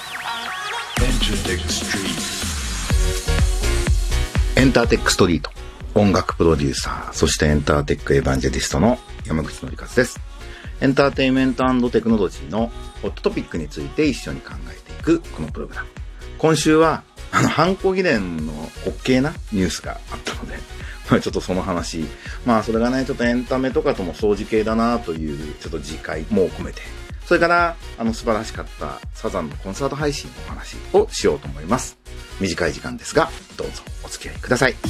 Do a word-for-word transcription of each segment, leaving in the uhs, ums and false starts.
エンターテックストリート、音楽プロデューサー、そしてエンターテックエヴァンジェリストの山口紀一です。エンターテインメント&テクノロジーのホットトピックについて一緒に考えていくこのプログラム。今週はあの犯行議連の滑稽なニュースがあったので、まあ、ちょっとその話、まあそれがねちょっとエンタメとかとも相似系だなというちょっと自戒も込めて、それからあの素晴らしかったサザンのコンサート配信のお話をしようと思います。短い時間ですがどうぞお付き合いください。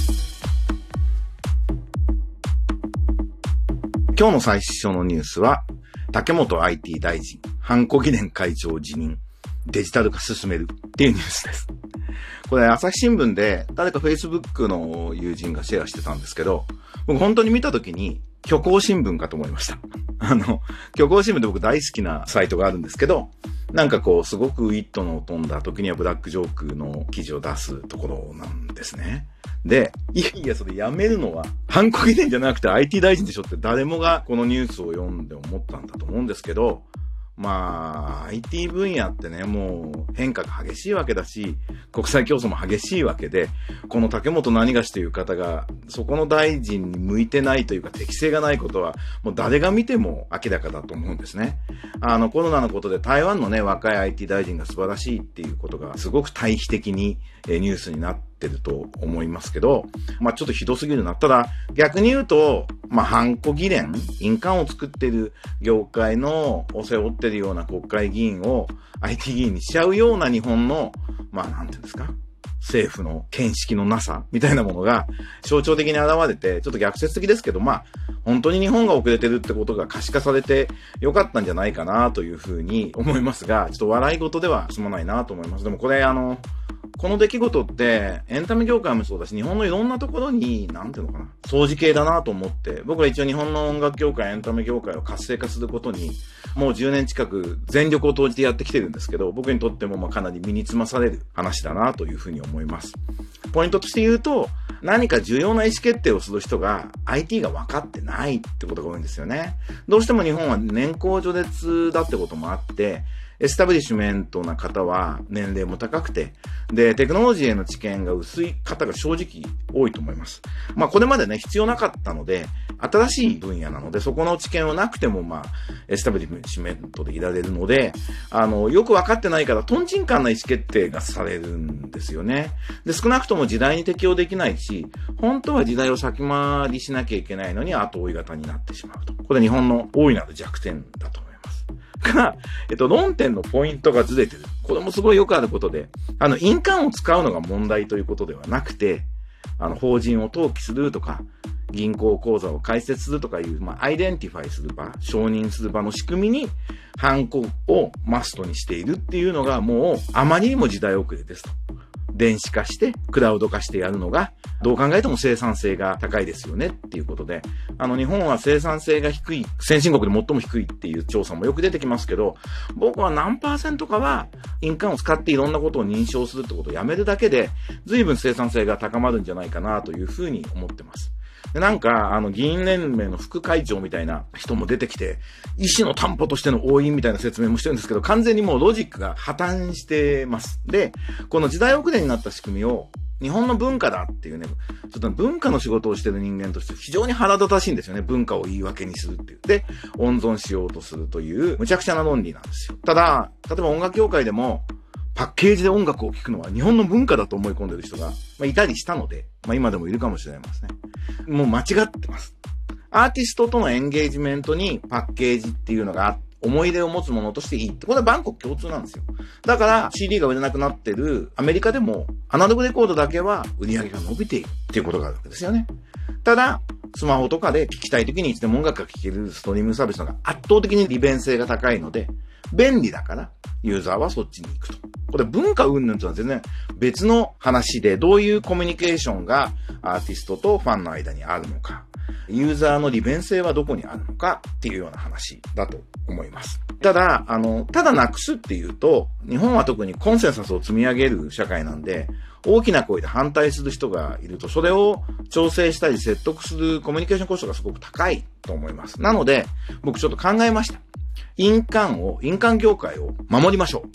今日の最初のニュースは竹本 アイティー 大臣犯行議連会長辞任、デジタル化進めるっていうニュースです。これ朝日新聞で誰か Facebook の友人がシェアしてたんですけど、僕本当に見た時に虚構新聞かと思いました。あの虚構新聞で僕大好きなサイトがあるんですけど、なんかこうすごくウィットの飛んだ時にはブラックジョークの記事を出すところなんですね。で、いやいやそれやめるのは犯行議連じゃなくて アイティー 大臣でしょって誰もがこのニュースを読んで思ったんだと思うんですけど、まあ アイティー 分野ってねもう変化が激しいわけだし、国際競争も激しいわけで、この竹本何がしという方がそこの大臣に向いてないというか適性がないことはもう誰が見ても明らかだと思うんですね。あのコロナのことで台湾のね若い アイティー 大臣が素晴らしいっていうことがすごく対比的にニュースになってると思いますけど、まあちょっとひどすぎるな。ただ逆に言うと、まあ犯行議連、印鑑を作っている業界のを背負っているような国会議員を アイティー 議員にしちゃうような日本の、まあなんていうんですか、政府の見識のなさみたいなものが象徴的に現れて、ちょっと逆説的ですけど、まあ本当に日本が遅れてるってことが可視化されてよかったんじゃないかなというふうに思いますが、ちょっと笑い事では済まないなと思います。でもこれあのこの出来事ってエンタメ業界もそうだし、日本のいろんなところになんていうのかな、相似系だなと思って、僕は一応日本の音楽業界エンタメ業界を活性化することにもうじゅうねん近く全力を投じてやってきてるんですけど、僕にとってもまあかなり身につまされる話だなというふうに思います。ポイントとして言うと、何か重要な意思決定をする人が アイティー が分かってないってことが多いんですよね。どうしても日本は年功序列だってこともあって、エスタブリッシュメントな方は年齢も高くて、で、テクノロジーへの知見が薄い方が正直多いと思います。まあこれまでね、必要なかったので、新しい分野なので、そこの知見はなくてもまあ、エスタブリッシュメントでいられるので、あの、よく分かってないから、トンチンカンな意思決定がされるんですよね。で、少なくとも時代に適応できないし、本当は時代を先回りしなきゃいけないのに後追い型になってしまうと。これ日本の大いなる弱点だと思います。が、えっと、論点のポイントがずれてる。これもすごいよくあることで、あの、印鑑を使うのが問題ということではなくて、あの、法人を登記するとか、銀行口座を開設するとかいう、まあ、アイデンティファイする場、承認する場の仕組みに、ハンコをマストにしているっていうのが、もう、あまりにも時代遅れですと。電子化して、クラウド化してやるのが、どう考えても生産性が高いですよねっていうことで、あの日本は生産性が低い、先進国で最も低いっていう調査もよく出てきますけど、僕は何パーセントかは印鑑を使っていろんなことを認証するってことをやめるだけで、随分生産性が高まるんじゃないかなというふうに思ってます。でなんか、あの、議員連盟の副会長みたいな人も出てきて、意思の担保としての応援みたいな説明もしてるんですけど、完全にもうロジックが破綻してます。で、この時代遅れになった仕組みを、日本の文化だっていうね、ちょっと文化の仕事をしてる人間として非常に腹立たしいんですよね。文化を言い訳にするっていう。で、温存しようとするという、むちゃくちゃな論理なんですよ。ただ、例えば音楽業界でも、パッケージで音楽を聴くのは日本の文化だと思い込んでる人が、まあ、いたりしたので、まあ今でもいるかもしれないですね。もう間違ってます。アーティストとのエンゲージメントにパッケージっていうのが思い入れを持つものとしていいって、これは万国共通なんですよ。だから シーディー が売れなくなってるアメリカでもアナログレコードだけは売り上げが伸びているっていうことがあるわけですよね。ただ、スマホとかで聴きたい時にいつでも音楽が聴けるストリームサービスの方が圧倒的に利便性が高いので、便利だからユーザーはそっちに行くと。これ文化云々というのは全然別の話で、どういうコミュニケーションがアーティストとファンの間にあるのか、ユーザーの利便性はどこにあるのかっていうような話だと思います。ただ、あの、ただなくすっていうと、日本は特にコンセンサスを積み上げる社会なんで、大きな声で反対する人がいると、それを調整したり説得するコミュニケーションコストがすごく高いと思います。なので、僕ちょっと考えました。印鑑を、印鑑業界を守りましょう。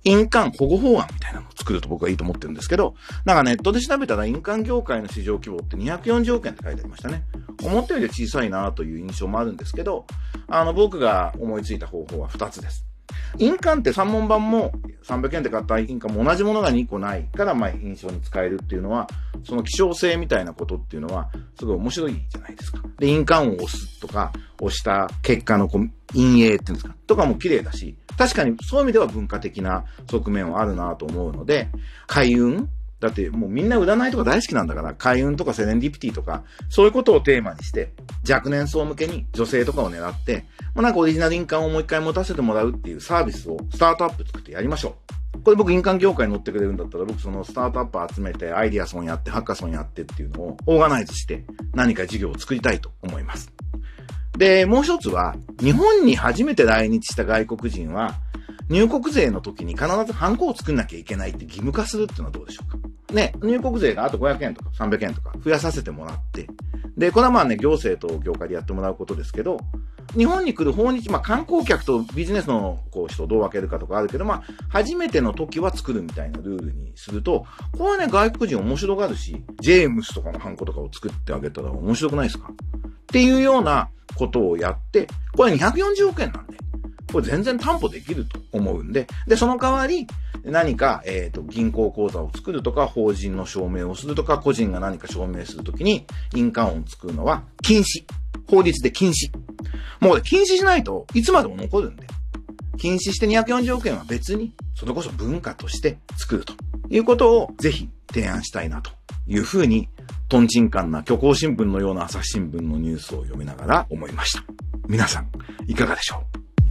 印鑑保護法案みたいなのを作ると僕はいいと思ってるんですけど、なんかネットで調べたら印鑑業界の市場規模ってにひゃくよんじゅうおくえんって書いてありましたね。思ったより小さいなという印象もあるんですけど、あの僕が思いついた方法はふたつです。印鑑ってさんもんばんもさんびゃくえんで買った印鑑も同じものがにこないからまあ印象に使えるっていうのは、その希少性みたいなことっていうのはすごい面白いじゃないですか。で、印鑑を押すとか、押した結果のこう陰影っていうんですかとかも綺麗だし、確かにそういう意味では文化的な側面はあるなと思うので、開運だってもうみんな占いとか大好きなんだから、開運とかセレンディピティとか、そういうことをテーマにして、若年層向けに女性とかを狙って、まあ、なんかオリジナル印鑑をもう一回持たせてもらうっていうサービスをスタートアップ作ってやりましょう。これ僕印鑑業界に乗ってくれるんだったら、僕そのスタートアップ集めて、アイディアソンやって、ハッカソンやってっていうのをオーガナイズして、何か事業を作りたいと思います。で、もう一つは、日本に初めて来日した外国人は、入国税の時に必ずハンコを作んなきゃいけないって義務化するっていうのはどうでしょうか。ね、入国税があとごひゃくえんとかさんびゃくえんとか増やさせてもらって、で、これはまあね、行政と業界でやってもらうことですけど、日本に来る訪日、まあ観光客とビジネスのこう人をどう分けるかとかあるけど、まあ、初めての時は作るみたいなルールにすると、これはね、外国人面白がるし、ジェームスとかのハンコとかを作ってあげたら面白くないですかっていうようなことをやって、これにひゃくよんじゅうおくえんなんで、これ全然担保できると思うんで、で、その代わり、何か、えっと、銀行口座を作るとか、法人の証明をするとか、個人が何か証明するときに、印鑑を作るのは禁止。法律で禁止。もう禁止しないといつまでも残るんで、禁止してにひゃくよんじゅうおくえんは別に、それこそ文化として作るということをぜひ提案したいなというふうに、トンチンカンな虚構新聞のような朝日新聞のニュースを読みながら思いました。皆さん、いかがでしょ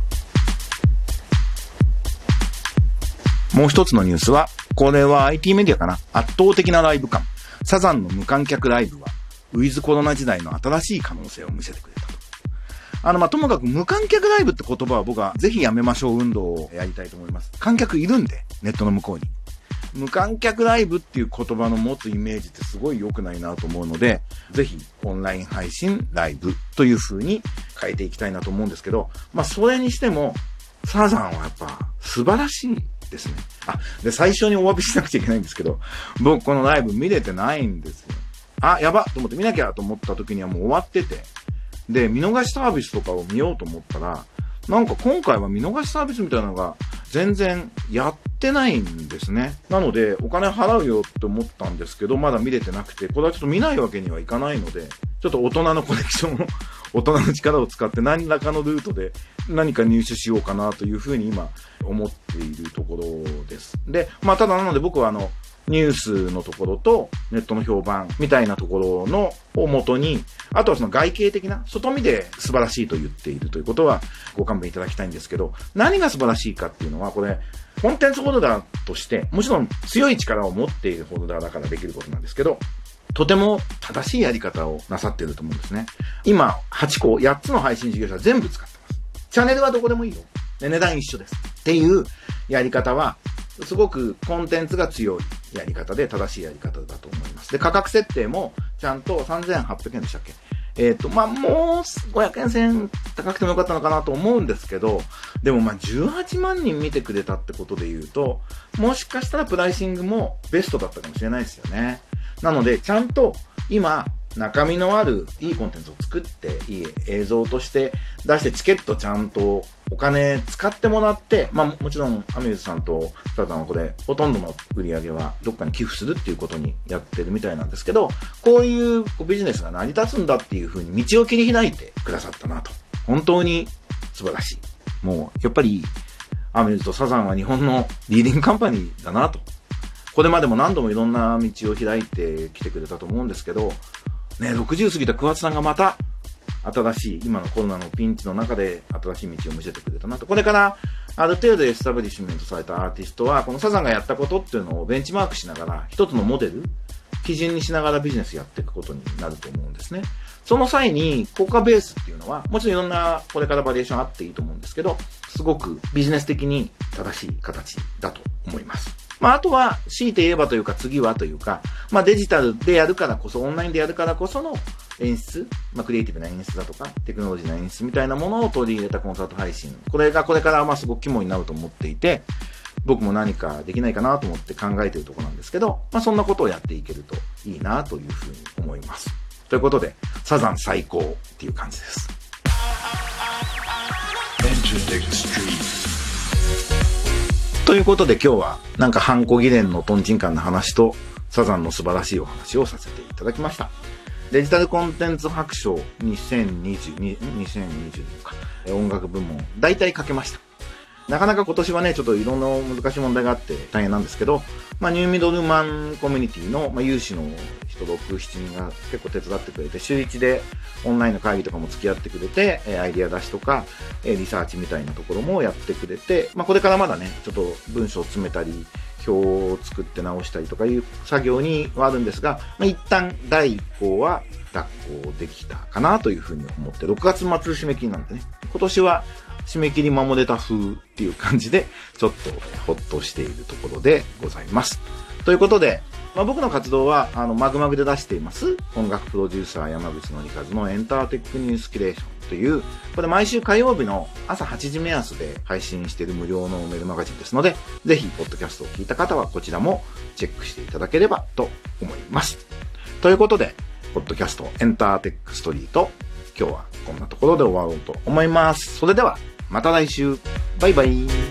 う？もう一つのニュースは、これは アイティー メディアかな。圧倒的なライブ感。サザンの無観客ライブは、ウィズコロナ時代の新しい可能性を見せてくれたと。あの、まあ、ともかく無観客ライブって言葉は僕はぜひやめましょう運動をやりたいと思います。観客いるんで、ネットの向こうに。無観客ライブっていう言葉の持つイメージってすごい良くないなと思うので、ぜひオンライン配信ライブという風に変えていきたいなと思うんですけど、まあ、それにしても、サザンはやっぱ素晴らしいですね。あ、で、最初にお詫びしなくちゃいけないんですけど、僕このライブ見れてないんですよ。あ、やばと思って見なきゃと思った時にはもう終わってて、で、見逃しサービスとかを見ようと思ったら、なんか今回は見逃しサービスみたいなのが全然やってないんですね。なので、お金払うよって思ったんですけど、まだ見れてなくて、これはちょっと見ないわけにはいかないので、ちょっと大人のコネクションを、大人の力を使って何らかのルートで何か入手しようかなというふうに今思っているところです。で、まあただなので僕はあの、ニュースのところとネットの評判みたいなところのを元に、あとはその外形的な外見で素晴らしいと言っているということはご勘弁いただきたいんですけど、何が素晴らしいかっていうのはこれコンテンツホルダーとしてもちろん強い力を持っているホルダーだからできることなんですけど、とても正しいやり方をなさっていると思うんですね。今はちこやっつの配信事業者全部使ってます。チャンネルはどこでもいいよ。で値段一緒ですっていうやり方はすごくコンテンツが強いやり方で正しいやり方だと思います。で、価格設定もちゃんとさんぜんはっぴゃくえんでしたっけ？えっと、まあ、もうごひゃくえんせんえん高くてもよかったのかなと思うんですけど、でもまあ、じゅうはちまんにん見てくれたってことで言うと、もしかしたらプライシングもベストだったかもしれないですよね。なので、ちゃんと今、中身のあるいいコンテンツを作って、いい映像として出して、チケットちゃんとお金使ってもらって、まあもちろんアミューズさんとサザンはこれ、ほとんどの売り上げはどっかに寄付するっていうことにやってるみたいなんですけど、こういうビジネスが成り立つんだっていう風に道を切り開いてくださったなと。本当に素晴らしい。もう、やっぱり、アミューズとサザンは日本のリーディングカンパニーだなと。これまでも何度もいろんな道を開いてきてくれたと思うんですけど、ね、ろくじゅう過ぎた桑田さんがまた新しい、今のコロナのピンチの中で新しい道を見せてくれたなと。これからある程度エスタブリッシュメントされたアーティストは、このサザンがやったことっていうのをベンチマークしながら、一つのモデル、基準にしながらビジネスやっていくことになると思うんですね。その際に、効果ベースっていうのは、もちろんいろんなこれからバリエーションあっていいと思うんですけど、すごくビジネス的に正しい形だと思います。まあ、あとは、強いて言えばというか、次はというか、まあ、デジタルでやるからこそ、オンラインでやるからこその演出、まあ、クリエイティブな演出だとか、テクノロジーな演出みたいなものを取り入れたコンサート配信。これがこれから、まあ、すごく肝になると思っていて、 僕も何かできないかなと思って考えているところなんですけど、まあそんなことをやっていけるといいなというふうに思います。ということで、サザン最高っていう感じです。ということで今日はなんかハンコ議連のトンチンカンの話とサザンの素晴らしいお話をさせていただきました。デジタルコンテンツ白書にせんにじゅうに、にせんにじゅうにか、音楽部門大体書けました。なかなか今年はね、ちょっといろんな難しい問題があって大変なんですけど、まあ、ニューミドルマンコミュニティの、まあ、有志の人ろく、しちにんが結構手伝ってくれて、週いちでオンラインの会議とかも付き合ってくれて、アイディア出しとか、リサーチみたいなところもやってくれて、まあ、これからまだね、ちょっと文章を詰めたり、表を作って直したりとかいう作業にはあるんですが、まあ、一旦第一項は脱行できたかなというふうに思って、ろくがつ末締め切りなんでね、今年は締め切り守れた風っていう感じで、ちょっとほっとしているところでございます。ということで、まあ、僕の活動は、あの、マグマグで出しています、音楽プロデューサー山口のりかずのエンターテックニュースキュレーションという、これ毎週火曜日の朝はちじ目安で配信している無料のメールマガジンですので、ぜひ、ポッドキャストを聞いた方はこちらもチェックしていただければと思います。ということで、ポッドキャストエンターテックストリート、今日はこんなところで終わろうと思います。それでは、また来週。バイバイ。